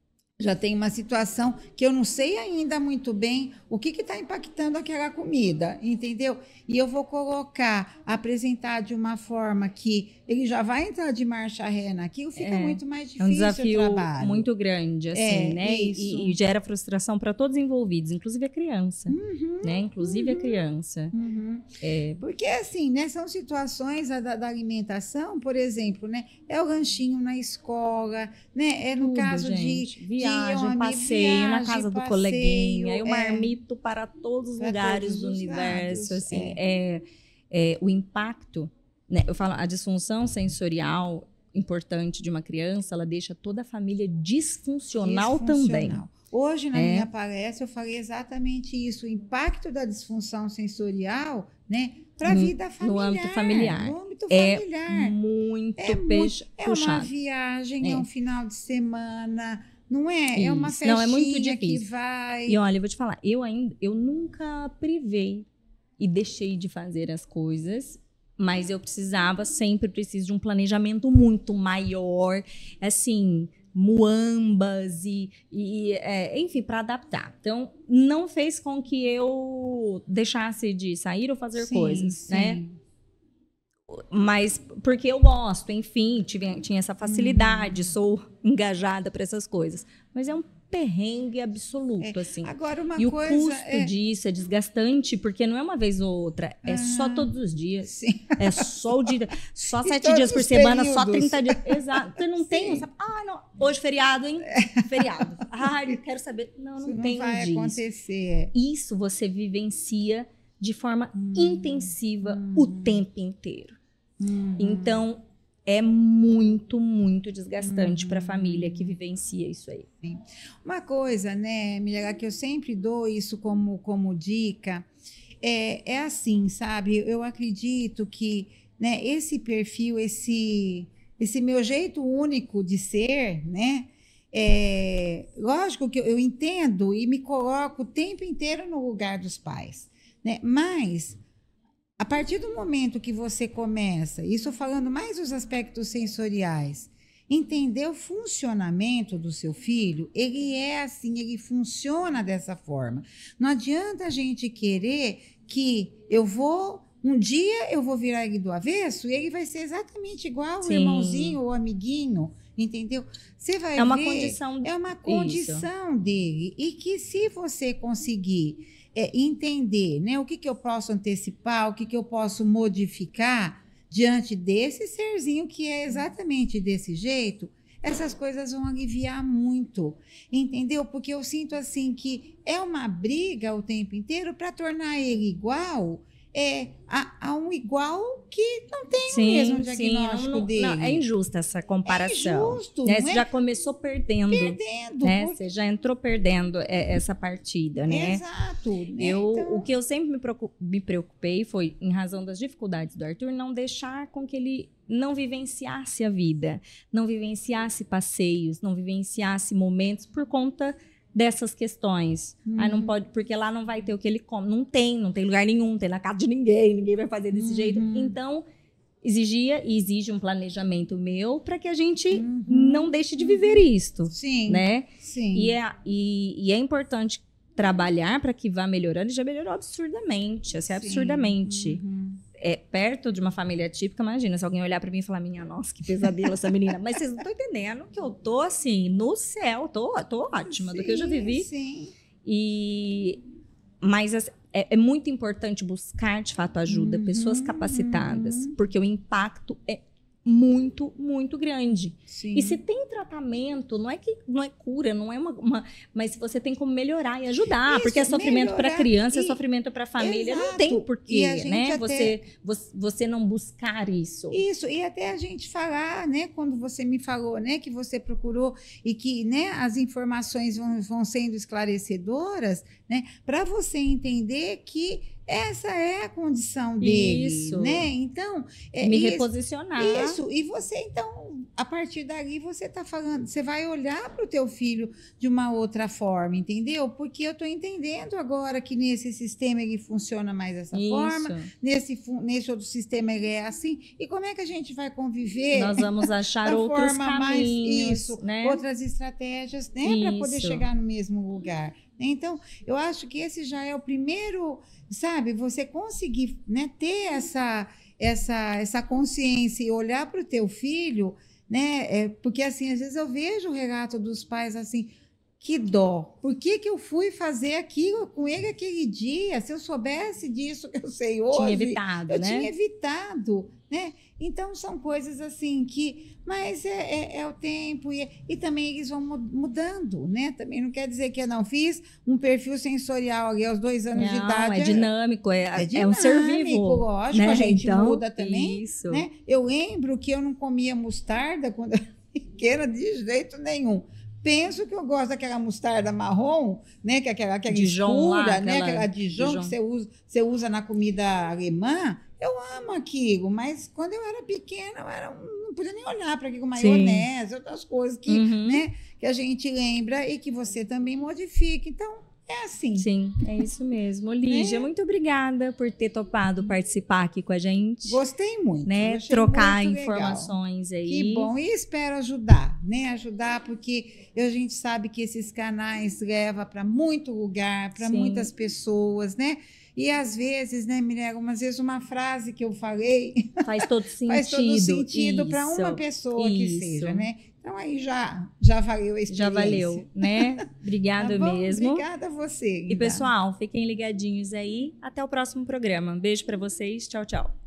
já tem uma situação que eu não sei ainda muito bem o que está impactando aquela comida, entendeu? E eu vou colocar, apresentar de uma forma que ele já vai entrar de marcha ré naquilo, fica é, muito mais difícil é um desafio o trabalho. muito grande, assim, é, né? E, e gera frustração para todos os envolvidos, inclusive a criança, uhum, né? Inclusive uhum, a criança. Uhum. É. Porque, assim, né, são situações da, da alimentação, por exemplo, né? É o lanchinho na escola, né? É no Tudo, caso gente. de... Viagem, de passeio, viagem, na casa do passeio, coleguinha, e o é, marmito para todos os lugares todos do os universo, lados, assim, é. É, é, o impacto, né? Eu falo, a disfunção sensorial importante de uma criança, ela deixa toda a família disfuncional, disfuncional. também. Hoje, na é. minha palestra, eu falei exatamente isso, o impacto da disfunção sensorial, né, para a vida familiar. No âmbito familiar. No âmbito é familiar. Muito é puxado. É uma viagem, é. é um final de semana, não é? Isso. É uma festinha não, é muito difícil. que vai... E olha, eu vou te falar, eu ainda, eu nunca privei e deixei de fazer as coisas, mas eu precisava, sempre preciso de um planejamento muito maior, assim, muambas e, e é, enfim, para adaptar. Então, não fez com que eu deixasse de sair ou fazer sim, coisas, sim. né? Mas porque eu gosto, enfim, tive, tinha essa facilidade, uhum. sou engajada para essas coisas. Mas é um perrengue absoluto, é. assim. Agora, uma e coisa o custo é... disso é desgastante, porque não é uma vez ou outra, é ah, só todos os dias. Sim. É só o dia, só sete dias por semana, períodos. Só trinta dias. Exato. Você não sim. tem, sabe? Ah, não, hoje feriado, hein? Feriado. Ah, eu quero saber. Não, não, não tem vai disso. acontecer. Isso você vivencia de forma hum. intensiva hum. o tempo inteiro. Hum. Então, é muito, muito desgastante uhum. para a família que vivencia isso aí. Sim. Uma coisa, né, Mirella, que eu sempre dou isso como, como dica, é, é assim, sabe? Eu acredito que, né, esse perfil, esse, esse meu jeito único de ser, né? É, lógico que eu, eu entendo e me coloco o tempo inteiro no lugar dos pais, né? Mas... a partir do momento que você começa, isso falando mais dos aspectos sensoriais, entender o funcionamento do seu filho, ele é assim, ele funciona dessa forma. Não adianta a gente querer que eu vou, um dia eu vou virar ele do avesso e ele vai ser exatamente igual o irmãozinho ou amiguinho, entendeu? Você vai é uma ver, condição, é uma condição dele, e que se você conseguir É entender, né, o que, que eu posso antecipar, o que, que eu posso modificar diante desse serzinho que é exatamente desse jeito, essas coisas vão aliviar muito, entendeu? Porque eu sinto assim que é uma briga o tempo inteiro para tornar ele igual, é, a, a um igual que não tem sim, o mesmo sim, diagnóstico não, não, dele. Não, é injusta essa comparação. É injusto, né? não Você é? já começou perdendo. Perdendo. Né? Porque... Você já entrou perdendo essa partida, né? Exato. Né? Eu, então... O que eu sempre me, me preocupei foi, em razão das dificuldades do Arthur, não deixar com que ele não vivenciasse a vida, não vivenciasse passeios, não vivenciasse momentos por conta dessas questões. Uhum. Aí não pode, porque lá não vai ter o que ele come. Não tem, não tem lugar nenhum, não tem na casa de ninguém, ninguém vai fazer desse uhum. jeito. Então, exigia e exige um planejamento meu para que a gente uhum. não deixe de viver isto. Sim. Né? Sim. E é, e, e é importante trabalhar para que vá melhorando, e já melhorou absurdamente, assim, absurdamente. Uhum. É, perto de uma família típica, imagina, se alguém olhar para mim e falar, minha nossa, que pesadelo essa menina. Mas vocês não estão entendendo que eu tô, assim, no céu, tô, tô ótima, sim, do que eu já vivi. Sim. E, mas assim, é, é muito importante buscar, de fato, ajuda, uhum, pessoas capacitadas, uhum. porque o impacto é muito, muito grande. Sim. E se tem tratamento, não é que não é cura, não é uma, uma mas você tem como melhorar e ajudar, isso, porque é sofrimento para a criança, e... é sofrimento para a família, exato. Não tem porquê, né? Até... Você, você você não buscar isso. Isso, e até a gente falar, né, quando você me falou, né, que você procurou e que, né, as informações vão, vão sendo esclarecedoras, né, para você entender que essa é a condição dele, isso. Né? Então, é, me isso, reposicionar. Isso. E você, então, a partir dali, você está falando, você vai olhar para o teu filho de uma outra forma, entendeu? Porque eu estou entendendo agora que nesse sistema ele funciona mais dessa isso. Forma, nesse, nesse outro sistema ele é assim. E como é que a gente vai conviver? Nós vamos achar outros forma caminhos, mais, isso, né? Outras estratégias, né, para poder chegar no mesmo lugar. Então, eu acho que esse já é o primeiro, sabe, você conseguir, né, ter essa, essa, essa consciência e olhar para o teu filho, né, é, porque assim, às vezes eu vejo o relato dos pais assim, que dó, por que que eu fui fazer aquilo com ele aquele dia? Se eu soubesse disso que eu sei hoje, tinha evitado, eu né? tinha evitado, né? Então, são coisas assim que... Mas é, é, é o tempo e, e também eles vão mudando, né? Também não quer dizer que eu não fiz um perfil sensorial ali aos dois anos não, de idade. É dinâmico, é, é, dinâmico, é um ser vivo. Lógico, né? A gente então, muda também. Isso. Né? Eu lembro que eu não comia mostarda quando eu era pequena de jeito nenhum. Penso que eu gosto daquela mostarda marrom, né? Que é aquela, aquela Dijon escura, lá, né? Aquela, aquela Dijon, Dijon que você usa, você usa na comida alemã. Eu amo aquilo, mas quando eu era pequena, eu era, não podia nem olhar para aquilo, maionese, sim. Outras coisas que, uhum. né, que a gente lembra e que você também modifica. Então, é assim. Sim, é isso mesmo. Lígia, é. muito obrigada por ter topado participar aqui com a gente. Gostei muito. Né? Trocar muito informações legal. Aí. Que bom. E espero ajudar, né? Ajudar, porque a gente sabe que esses canais levam para muito lugar, para muitas pessoas, né? E às vezes, né, Mirella, umas vezes uma frase que eu falei faz todo sentido, faz todo sentido para uma pessoa isso. Que seja, né? Então aí já, já valeu a experiência. Já valeu, né? Obrigada tá bom? Mesmo. Obrigada a você, Linda. E pessoal, fiquem ligadinhos aí. Até o próximo programa. Um beijo para vocês. Tchau, tchau.